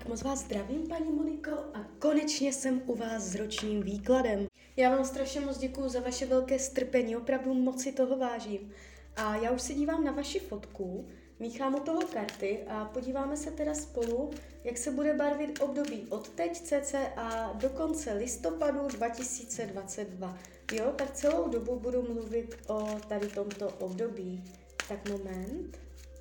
Tak moc vás zdravím, paní Moniko, a konečně jsem u vás s ročním výkladem. Já vám strašně moc děkuju za vaše velké strpení, opravdu moc si toho vážím. A já už se dívám na vaši fotku, míchám u toho karty a podíváme se teda spolu, jak se bude barvit období od teď cca do konce listopadu 2022. Jo, tak celou dobu budu mluvit o tady tomto období. Tak moment.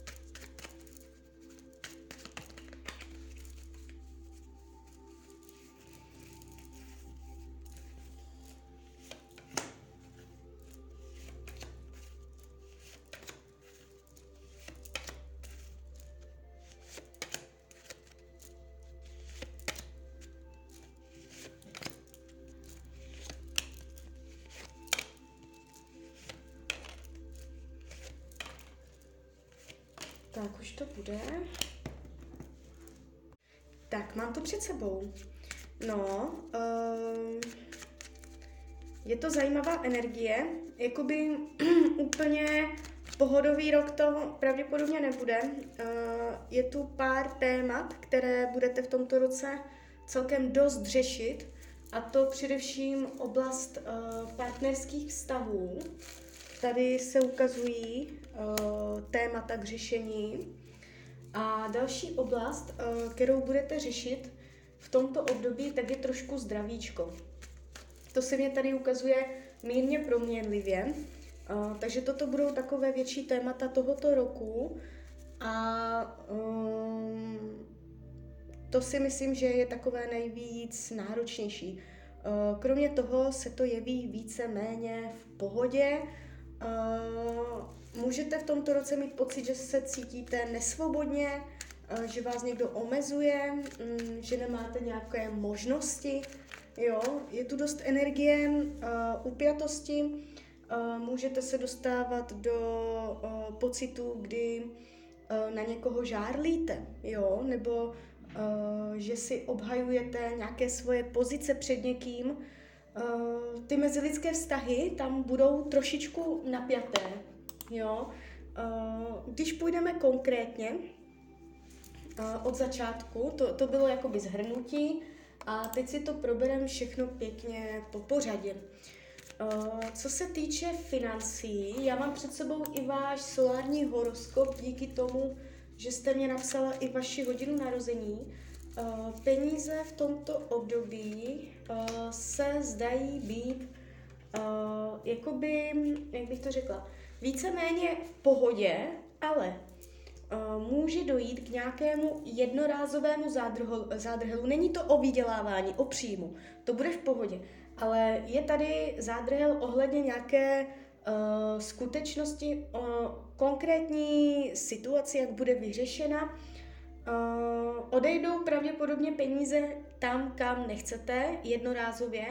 Tak už to bude. Tak, mám to před sebou. No, je to zajímavá energie, jakoby úplně pohodový rok to pravděpodobně nebude. Je tu pár témat, které budete v tomto roce celkem dost řešit, a to především oblast partnerských vztahů. Tady se ukazují témata k řešení. A další oblast, kterou budete řešit v tomto období, tak je trošku zdravíčko. To se mě tady ukazuje mírně proměnlivě, takže toto budou takové větší témata tohoto roku a to si myslím, že je takové nejvíc náročnější. Kromě toho se to jeví více-méně v pohodě. Můžete v tomto roce mít pocit, že se cítíte nesvobodně, že vás někdo omezuje, že nemáte nějaké možnosti. Jo, je tu dost energie, upjatosti, můžete se dostávat do pocitu, kdy na někoho žárlíte, jo, nebo že si obhajujete nějaké svoje pozice před někým. Ty mezilidské vztahy tam budou trošičku napjaté, jo. Když půjdeme konkrétně od začátku, to bylo jakoby shrnutí, a teď si to probereme všechno pěkně po pořadě. Co se týče financí, já mám před sebou i váš solární horoskop, díky tomu, že jste mě napsala i vaši hodinu narození. Peníze v tomto období se zdají být jakoby, jak bych to řekla, víceméně v pohodě, ale může dojít k nějakému jednorázovému zádrhelu. Není to o vydělávání, o příjmu, to bude v pohodě, ale je tady zádrhel ohledně nějaké skutečnosti, konkrétní situaci, jak bude vyřešena. Odejdou pravděpodobně peníze tam, kam nechcete, jednorázově.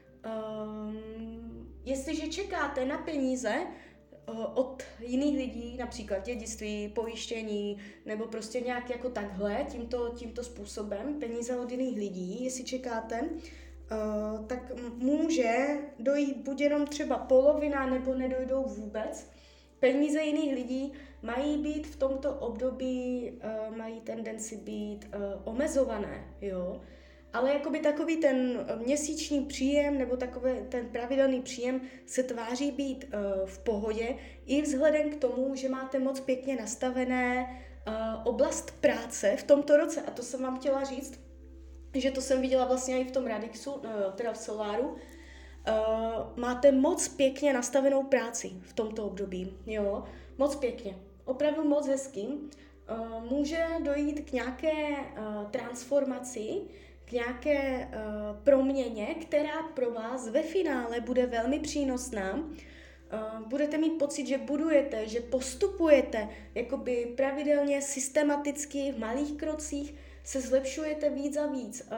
Jestliže čekáte na peníze od jiných lidí, například dědictví, pojištění, nebo prostě nějak jako takhle, tímto způsobem, peníze od jiných lidí, jestli čekáte, tak může dojít buď jenom třeba polovina, nebo nedojdou vůbec. Peníze jiných lidí mají být v tomto období, mají tendenci být omezované, jo. Ale jakoby takový ten měsíční příjem nebo takový ten pravidelný příjem se tváří být v pohodě i vzhledem k tomu, že máte moc pěkně nastavené oblast práce v tomto roce. A to jsem vám chtěla říct, že to jsem viděla vlastně i v tom Radixu, teda v Soláru. Máte moc pěkně nastavenou práci v tomto období, jo, moc pěkně, opravdu moc hezky. Může dojít k nějaké transformaci, k nějaké proměně, která pro vás ve finále bude velmi přínosná. Budete mít pocit, že budujete, že postupujete jakoby pravidelně, systematicky, v malých krocích, se zlepšujete víc a víc.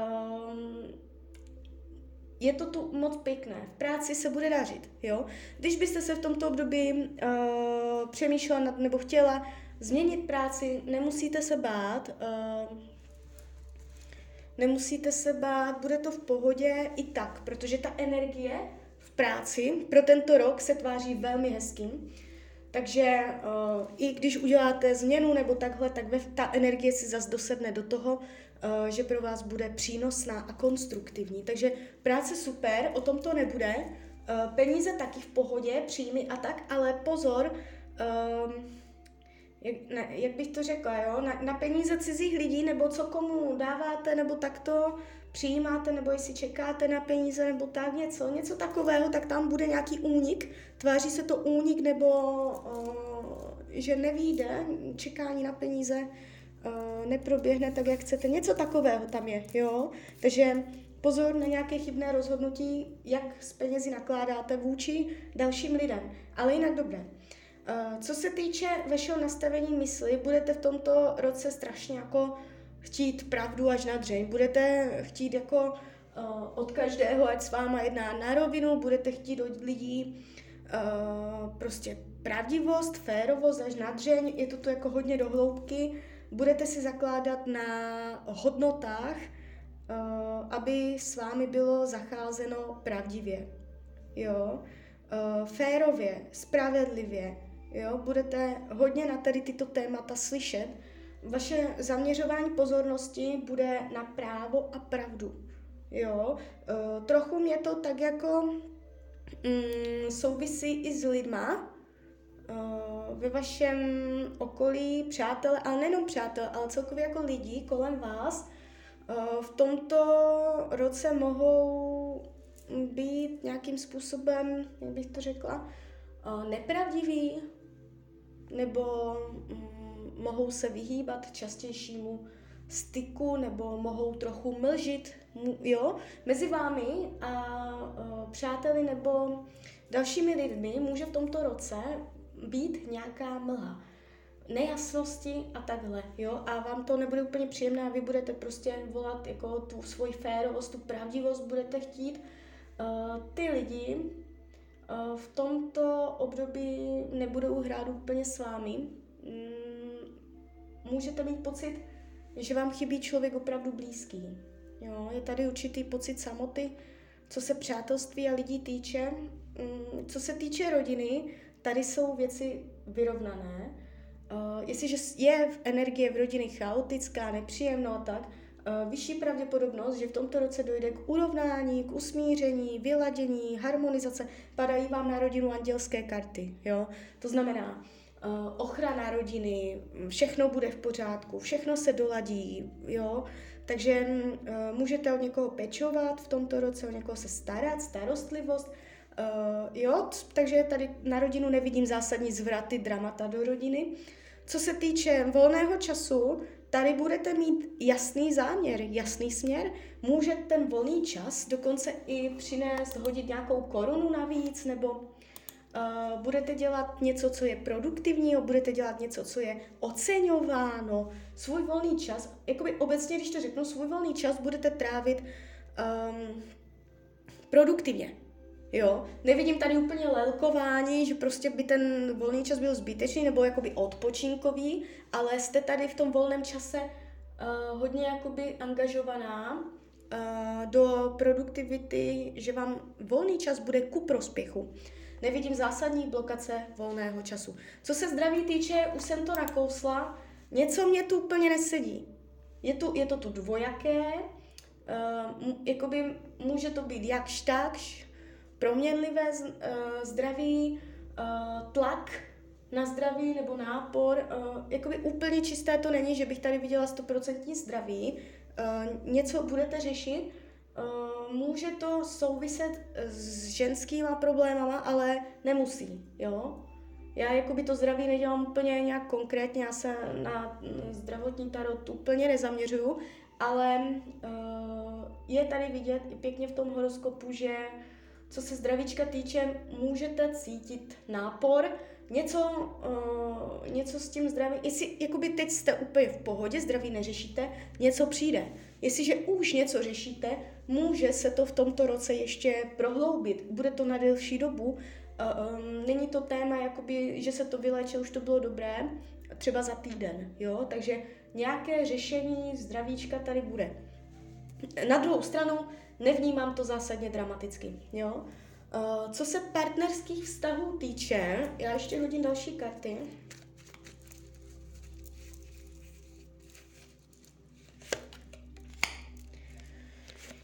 Je to tu moc pěkné. V práci se bude dařit, jo. Když byste se v tomto období přemýšlela nebo chtěla změnit práci, nemusíte se bát, bude to v pohodě i tak, protože ta energie v práci pro tento rok se tváří velmi hezky. Takže i když uděláte změnu nebo takhle, tak ta energie si zase dosedne do toho, že pro vás bude přínosná a konstruktivní. Takže práce super, o tom to nebude. Peníze taky v pohodě, příjmy a tak, ale pozor, jak bych to řekla, jo? Na peníze cizích lidí, nebo co komu dáváte, nebo takto přijímáte, nebo jestli čekáte na peníze, nebo tak něco takového, tak tam bude nějaký únik. Tváří se to únik, nebo že nevyjde, čekání na peníze neproběhne tak, jak chcete. Něco takového tam je, jo? Takže pozor na nějaké chybné rozhodnutí, jak s penězi nakládáte vůči dalším lidem. Ale jinak dobré. Co se týče vašeho nastavení mysli, budete v tomto roce strašně jako chtít pravdu až na dřeň. Budete chtít jako od každého, ať s váma jedná na rovinu, budete chtít od lidí prostě pravdivost, férovost až na dřeň, je to tu jako hodně do hloubky. Budete si zakládat na hodnotách, aby s vámi bylo zacházeno pravdivě, jo? Férově, spravedlivě, jo? Budete hodně na tady tyto témata slyšet. Vaše zaměřování pozornosti bude na právo a pravdu, jo? Trochu mě to tak jako souvisí i s lidma ve vašem okolí, přátelé, ale nejenom přátelé, ale celkově jako lidi kolem vás. V tomto roce mohou být nějakým způsobem, jak bych to řekla, nepravdiví, nebo mohou se vyhýbat častějšímu styku, nebo mohou trochu mlžit, jo, mezi vámi a přáteli nebo dalšími lidmi může v tomto roce být nějaká mlha, nejasnosti a takhle, jo, a vám to nebude úplně příjemné a vy budete prostě volat jako tu svoji férovost, tu pravdivost budete chtít. Ty lidi v tomto období nebudou hrát úplně s vámi. Můžete mít pocit, že vám chybí člověk opravdu blízký. Jo, je tady určitý pocit samoty, co se přátelství a lidí týče. Co se týče rodiny, tady jsou věci vyrovnané. Jestliže je energie v rodině chaotická, nepříjemná a tak, vyšší pravděpodobnost, že v tomto roce dojde k urovnání, k usmíření, vyladění, harmonizace, padají vám na rodinu andělské karty. Jo? To znamená ochrana rodiny, všechno bude v pořádku, všechno se doladí, jo? Takže můžete od někoho pečovat v tomto roce, o někoho se starat, starostlivost, jo? Takže tady na rodinu nevidím zásadní zvraty, dramata do rodiny. Co se týče volného času, tady budete mít jasný záměr, jasný směr. Může ten volný čas dokonce i přinést, hodit nějakou korunu navíc, nebo budete dělat něco, co je produktivního, budete dělat něco, co je oceňováno. Svůj volný čas, jakoby obecně, když to řeknu, svůj volný čas budete trávit produktivně. Jo, nevidím tady úplně lelkování, že prostě by ten volný čas byl zbytečný nebo jakoby odpočinkový, ale jste tady v tom volném čase hodně jakoby angažovaná do produktivity, že vám volný čas bude ku prospěchu. Nevidím zásadní blokace volného času. Co se zdraví týče, už jsem to nakousla, něco mě tu úplně nesedí. Je to tu dvojaké, jakoby může to být jakž takž, proměnlivé zdraví, tlak na zdraví nebo nápor, jakoby úplně čisté to není, že bych tady viděla 100% zdraví, něco budete řešit, může to souviset s ženskýma problémama, ale nemusí, jo. Já jakoby to zdraví nedělám úplně nějak konkrétně, já se na zdravotní tarot úplně nezaměřuju, ale je tady vidět i pěkně v tom horoskopu, že co se zdravíčka týče, můžete cítit nápor, něco s tím zdravím, jestli jakoby teď jste úplně v pohodě, zdraví neřešíte, něco přijde. Jestliže už něco řešíte, může se to v tomto roce ještě prohloubit, bude to na delší dobu, není to téma, jakoby, že se to vyléče, už to bylo dobré, třeba za týden, jo, takže nějaké řešení zdravíčka tady bude. Na druhou stranu nevnímám to zásadně dramaticky, jo. Co se partnerských vztahů týče, já ještě hodím další karty.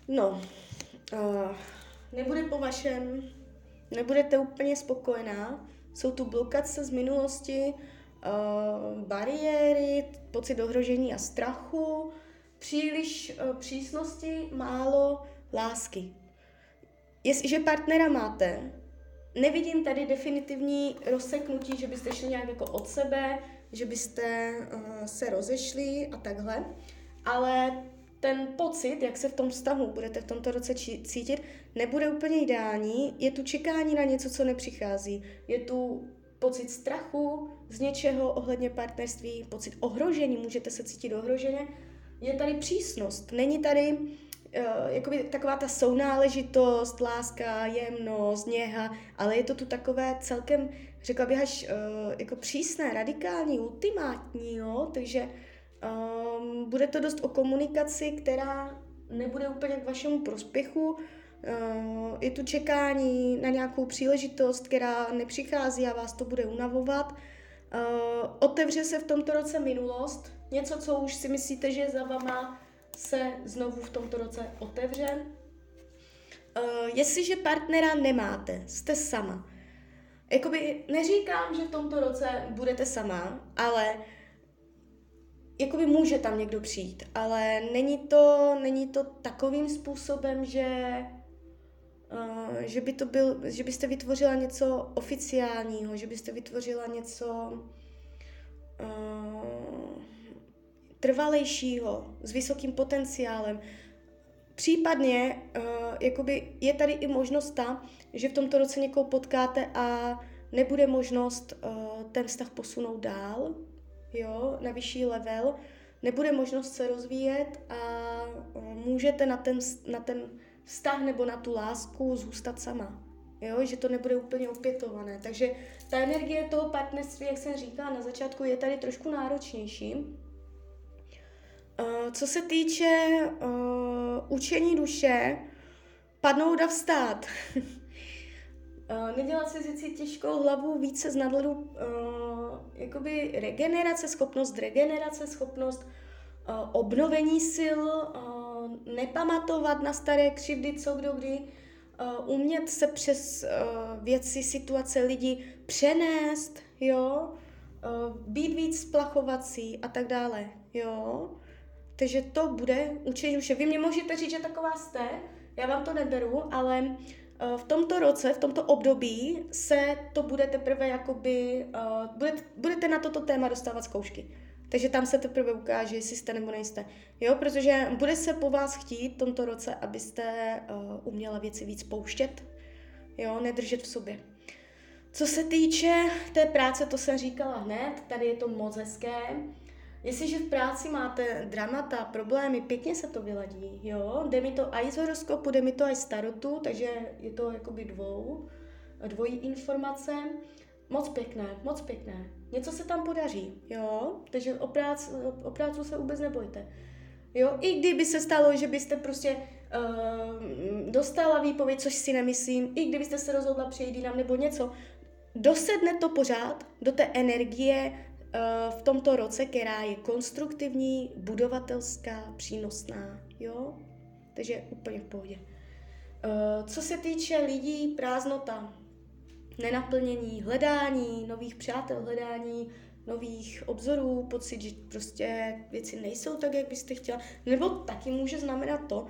No, nebude po vašem, nebudete úplně spokojená, jsou tu blokace z minulosti, bariéry, pocit ohrožení a strachu, příliš přísnosti, málo lásky. Jestliže partnera máte, nevidím tady definitivní rozseknutí, že byste šli nějak jako od sebe, že byste se rozešli a takhle, ale ten pocit, jak se v tom vztahu budete v tomto roce cítit, nebude úplně ideální. Je tu čekání na něco, co nepřichází. Je tu pocit strachu z něčeho ohledně partnerství, pocit ohrožení, můžete se cítit ohroženě. Je tady přísnost, není tady jakoby taková ta sounáležitost, láska, jemnost, něha, ale je to tu takové celkem, řekla bych až jako přísné, radikální, ultimátní, jo? Takže bude to dost o komunikaci, která nebude úplně k vašemu prospěchu. Je tu čekání na nějakou příležitost, která nepřichází a vás to bude unavovat. Otevře se v tomto roce minulost, něco, co už si myslíte, že za vama, se znovu v tomto roce otevře. Jestliže partnera nemáte, jste sama. Jakoby neříkám, že v tomto roce budete sama, ale jakoby může tam někdo přijít, ale není to takovým způsobem, že byste vytvořila něco oficiálního, že byste vytvořila něco trvalejšího, s vysokým potenciálem. Případně jakoby je tady i možnost ta, že v tomto roce někoho potkáte a nebude možnost ten vztah posunout dál, jo, na vyšší level, nebude možnost se rozvíjet a můžete na ten vztah nebo na tu lásku zůstat sama. Jo, že to nebude úplně opětované. Takže ta energie toho partnerství, jak jsem říkala na začátku, je tady trošku náročnější. Co se týče učení duše, padnout a vstát. Nedělat si říct těžkou hlavu, více z nadhledu jakoby regenerace, schopnost obnovení sil, nepamatovat na staré křivdy, co kdo kdy, umět se přes věci, situace lidí přenést, jo, být víc splachovací a tak dále, jo. Takže to bude učení duše. Vy mě můžete říct, že taková jste, já vám to neberu, ale v tomto roce, v tomto období se to bude teprve jakoby, budete na toto téma dostávat zkoušky. Takže tam se teprve ukáže, jestli jste nebo nejste. Jo, protože bude se po vás chtít v tomto roce, abyste uměla věci víc pouštět, jo, nedržet v sobě. Co se týče té práce, to jsem říkala hned, tady je to moc hezké. Jestliže v práci máte dramata, problémy, pěkně se to vyladí, jo. Jde mi to i z horoskopu, jde mi to i z tarotu, takže je to jakoby dvojí informace. Moc pěkné. Něco se tam podaří, jo. Takže o práci se vůbec nebojte. Jo, i kdyby se stalo, že byste prostě dostala výpověď, což si nemyslím, i kdybyste se rozhodla přejít jinam nebo něco, dosedne to pořád do té energie v tomto roce, která je konstruktivní, budovatelská, přínosná, jo? Takže úplně v pohodě. Co se týče lidí, prázdnota, nenaplnění, hledání nových přátel, hledání nových obzorů, pocit, že prostě věci nejsou tak, jak byste chtěla, nebo taky může znamenat to,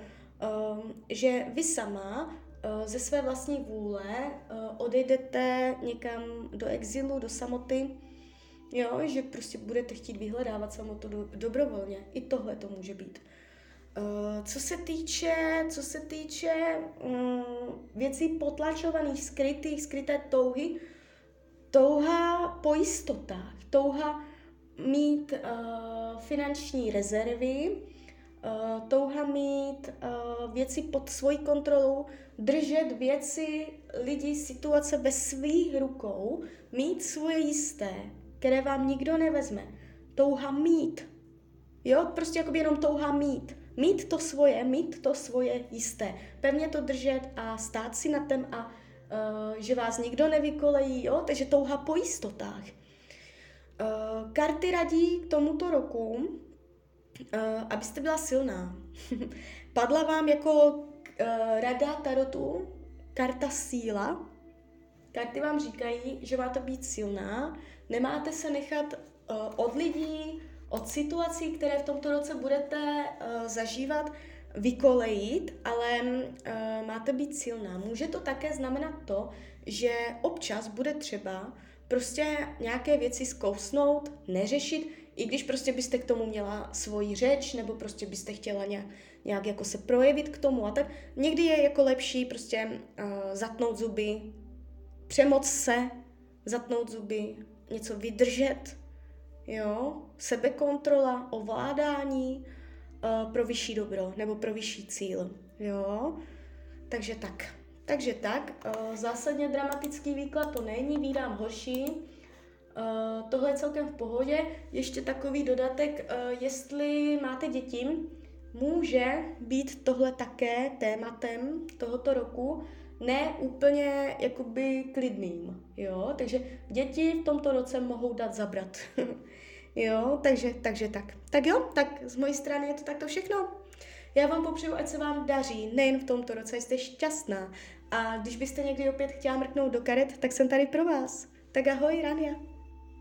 že vy sama ze své vlastní vůle odejdete někam do exilu, do samoty, jo, že prostě budete chtít vyhledávat samotu dobrovolně. I tohle to může být. Co se týče věcí potlačovaných, skryté touhy, touha po jistotách, touha mít finanční rezervy, touha mít věci pod svojí kontrolou, držet věci, lidi, situace ve svých rukou, mít svoje jisté, které vám nikdo nevezme. Touha mít. Jo, prostě jakoby jenom touha mít. Mít to svoje jisté. Pevně to držet a stát si na tem a že vás nikdo nevykolejí, jo, takže touha po jistotách. Karty radí k tomuto roku, abyste byla silná. Padla vám jako rada tarotu karta síla. Karty vám říkají, že máte být silná, nemáte se nechat od lidí, od situací, které v tomto roce budete zažívat, vykolejit, ale máte být silná. Může to také znamenat to, že občas bude třeba prostě nějaké věci zkousnout, neřešit, i když prostě byste k tomu měla svoji řeč, nebo prostě byste chtěla nějak jako se projevit k tomu a tak. Někdy je jako lepší prostě zatnout zuby, přemoc se, zatnout zuby, něco vydržet, jo, sebekontrola, ovládání pro vyšší dobro nebo pro vyšší cíl, jo. Takže tak, zásadně dramatický výklad to není, vídám horší. Tohle je celkem v pohodě. Ještě takový dodatek, jestli máte děti, může být tohle také tématem tohoto roku, ne úplně jakoby klidným, jo, takže děti v tomto roce mohou dát zabrat, jo, takže tak. Tak jo, tak z mojí strany je to takto všechno. Já vám popřeju, ať se vám daří, nejen v tomto roce, jste šťastná a když byste někdy opět chtěla mrknout do karet, tak jsem tady pro vás. Tak ahoj, Rania.